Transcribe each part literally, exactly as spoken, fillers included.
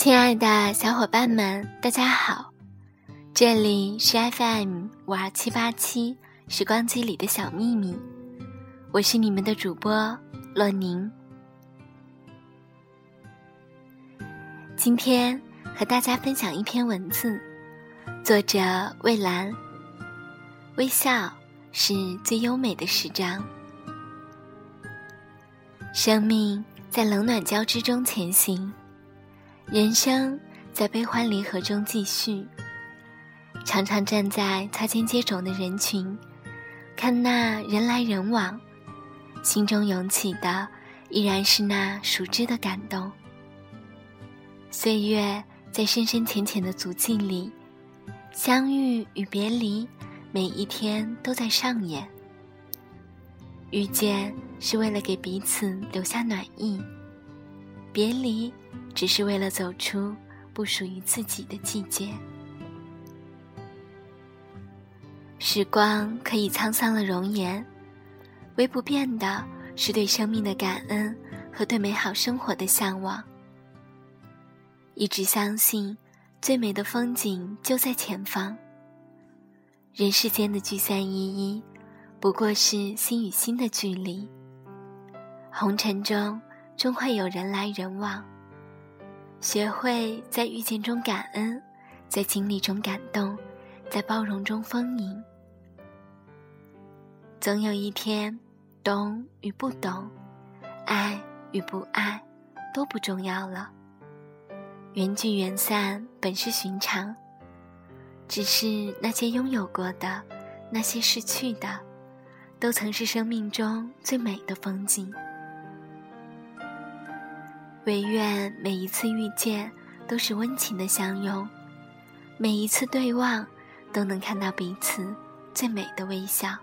亲爱的小伙伴们，大家好，这里是 F M 五二七八七时光机里的小秘密，我是你们的主播洛宁。今天和大家分享一篇文字，作者蔚蓝。微笑是最优美的诗章。生命在冷暖交织中前行，人生在悲欢离合中继续。常常站在擦肩接踵的人群，看那人来人往，心中涌起的依然是那熟知的感动。岁月在深深浅浅的足迹里，相遇与别离每一天都在上演。遇见是为了给彼此留下暖意，别离只是为了走出不属于自己的季节。时光可以沧桑了容颜，唯不变的是对生命的感恩和对美好生活的向往。一直相信最美的风景就在前方，人世间的聚散依依不过是心与心的距离。红尘中终会有人来人往，学会在遇见中感恩，在经历中感动，在包容中丰盈。总有一天，懂与不懂，爱与不爱都不重要了。缘聚缘散本是寻常，只是那些拥有过的，那些失去的，都曾是生命中最美的风景。唯愿每一次遇见都是温情的相拥，每一次对望都能看到彼此最美的微笑。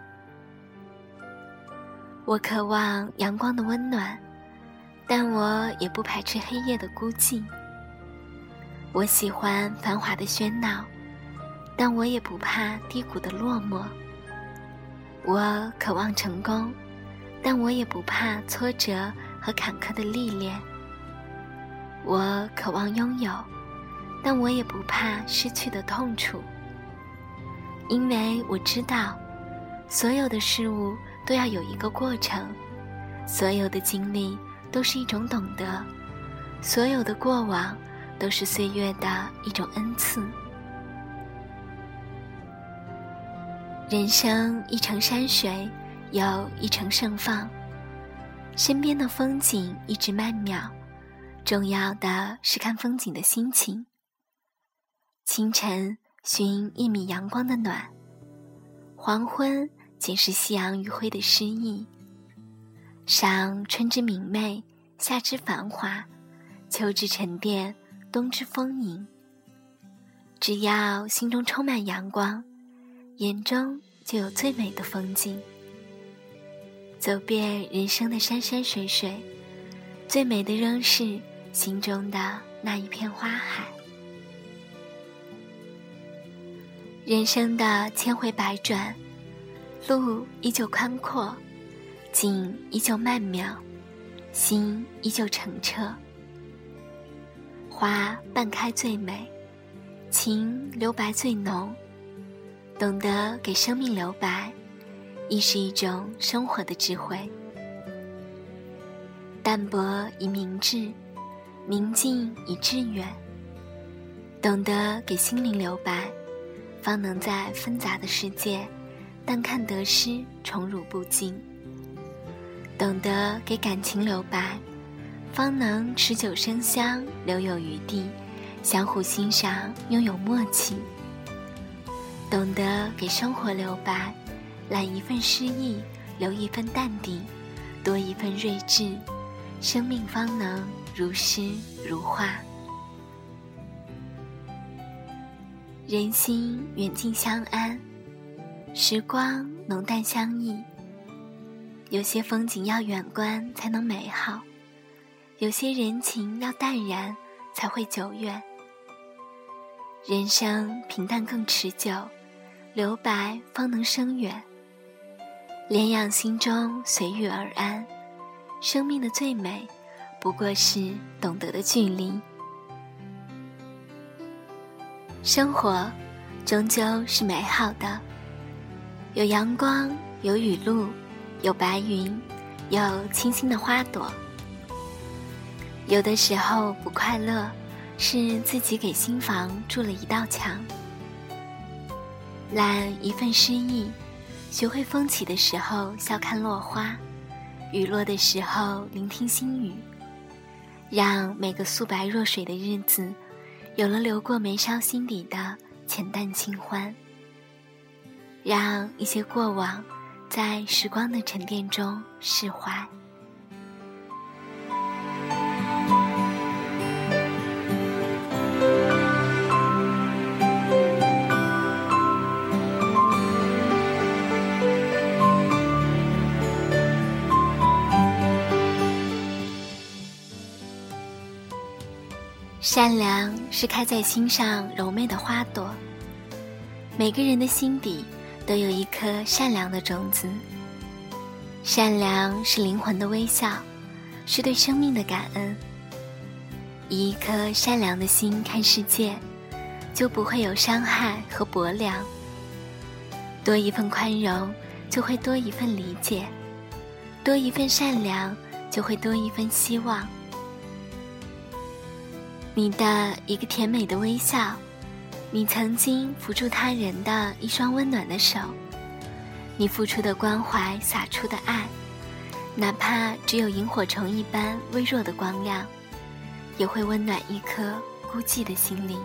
我渴望阳光的温暖，但我也不排斥黑夜的孤寂。我喜欢繁华的喧闹，但我也不怕低谷的落寞。我渴望成功，但我也不怕挫折和坎坷的历练。我渴望拥有，但我也不怕失去的痛楚。因为我知道，所有的事物都要有一个过程，所有的经历都是一种懂得，所有的过往都是岁月的一种恩赐。人生一程山水，有一程盛放，身边的风景一直曼妙，重要的是看风景的心情。清晨寻一米阳光的暖，黄昏仅是夕阳余晖的诗意。赏春之明媚，夏之繁华，秋之沉淀，冬之丰盈。只要心中充满阳光，眼中就有最美的风景。走遍人生的山山水水，最美的仍是心中的那一片花海。人生的千回百转，路依旧宽阔，景依旧曼妙，心依旧澄澈。花半开最美，情留白最浓。懂得给生命留白，亦是一种生活的智慧。淡泊以明志，明净以致远。懂得给心灵留白，方能在纷杂的世界淡看得失，宠辱不惊。懂得给感情留白，方能持久生香，留有余地，相互欣赏，拥有默契。懂得给生活留白，揽一份诗意，留一份淡定，多一份睿智，生命方能如诗如画。人心远近相安，时光浓淡相异。有些风景要远观才能美好，有些人情要淡然才会久远。人生平淡更持久，留白方能深远。怜养心中随遇而安，生命的最美不过是懂得的距离。 生活终究是美好的，有阳光，有雨露，有白云，有清新的花朵。有的时候不快乐，是自己给心房筑了一道墙。揽一份诗意，学会风起的时候笑看落花，雨落的时候聆听心语，让每个素白若水的日子有了流过眉梢心底的浅淡清欢，让一些过往在时光的沉淀中释怀。善良是开在心上柔媚的花朵，每个人的心底都有一颗善良的种子。善良是灵魂的微笑，是对生命的感恩。以一颗善良的心看世界，就不会有伤害和薄凉。多一份宽容，就会多一份理解；多一份善良，就会多一份希望。你的一个甜美的微笑，你曾经扶住他人的一双温暖的手，你付出的关怀洒出的爱，哪怕只有萤火虫一般微弱的光亮，也会温暖一颗孤寂的心灵。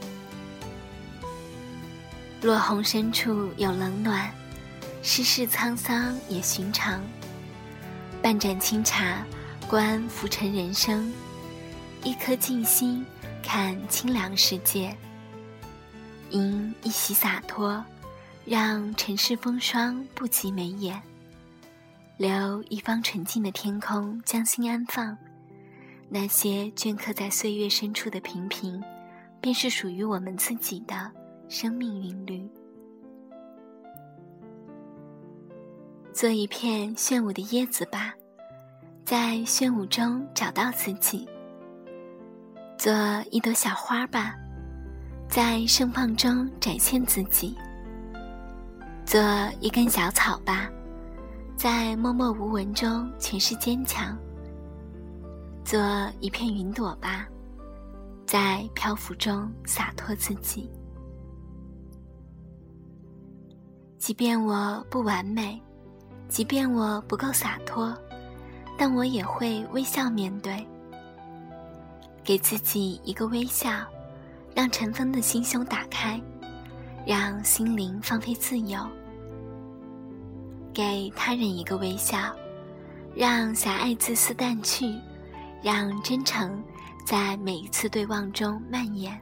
落红深处有冷暖，世事沧桑也寻常。半盏清茶，观浮沉人生，一颗静心，看清凉世界。迎一袭洒脱，让尘世风霜不及眉眼。留一方纯净的天空，将心安放。那些镌刻在岁月深处的平平，便是属于我们自己的生命韵律。做一片炫舞的椰子吧，在炫舞中找到自己。做一朵小花吧，在盛放中展现自己。做一根小草吧，在默默无闻中诠释坚强。做一片云朵吧，在漂浮中洒脱自己。即便我不完美，即便我不够洒脱，但我也会微笑面对。给自己一个微笑，让尘封的心胸打开，让心灵放飞自由。给他人一个微笑，让狭隘自私淡去，让真诚在每一次对望中蔓延。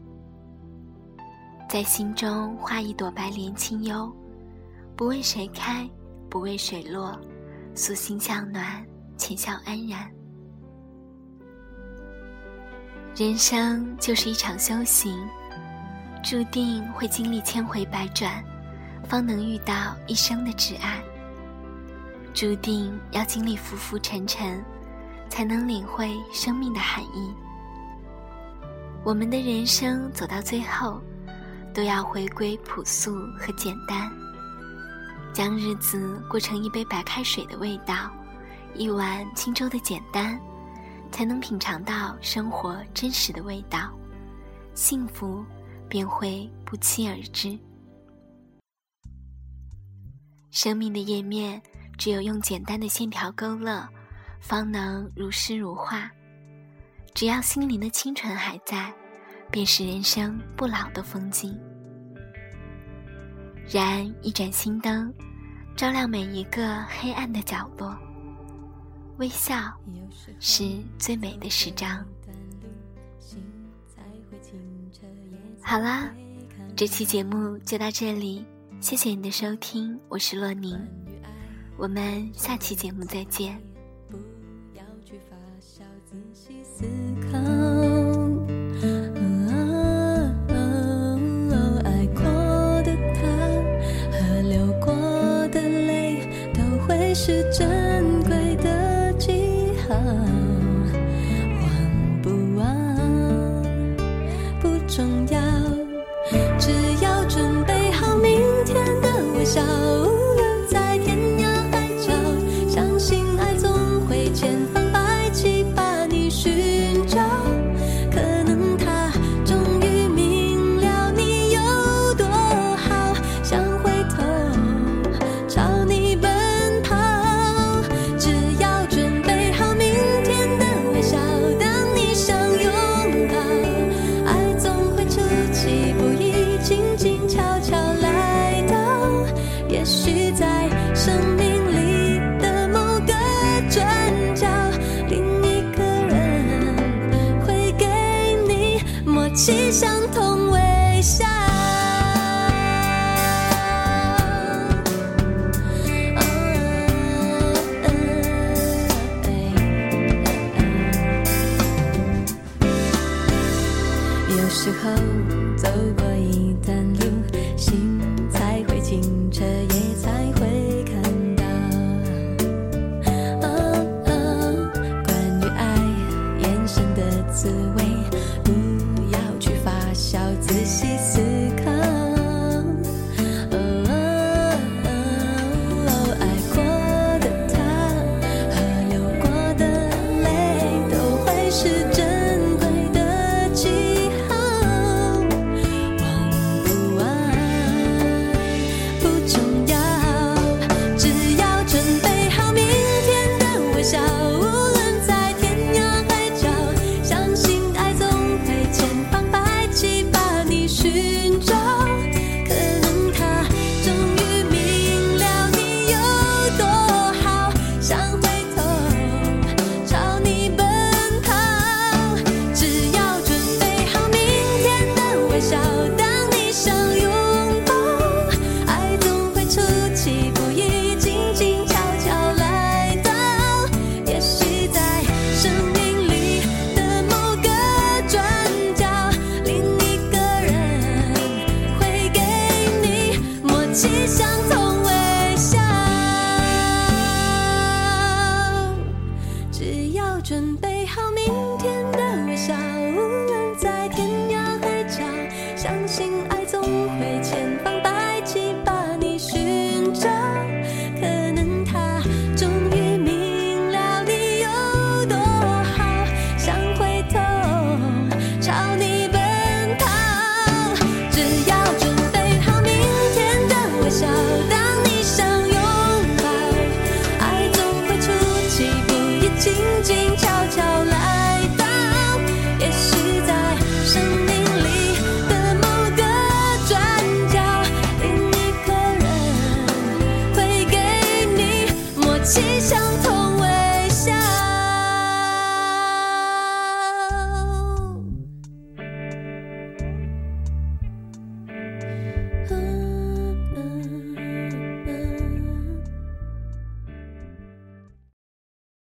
在心中画一朵白莲清幽，不为谁开，不为水落，素心向暖，浅笑安然。人生就是一场修行，注定会经历千回百转，方能遇到一生的挚爱。注定要经历浮浮沉沉，才能领会生命的含义。我们的人生走到最后，都要回归朴素和简单，将日子过成一杯白开水的味道，一碗清粥的简单，才能品尝到生活真实的味道，幸福便会不期而至。生命的页面只有用简单的线条勾勒，方能如诗如画。只要心灵的清纯还在，便是人生不老的风景。燃一盏心灯，照亮每一个黑暗的角落。微笑是最美的诗章。好啦，这期节目就到这里，谢谢你的收听，我是洛宁，我们下期节目再见。 不要去发酵，仔细思考，爱过的他和流过的泪，都会是珍贵的记号。忘不忘不重要， 起相同微笑。有时候走过一段路，心才会清澈，也才会看到。哦哦，关于爱，眼神的滋味，不要去发酵，仔细思考。哦哦，爱过的他和流过的泪，都会是真。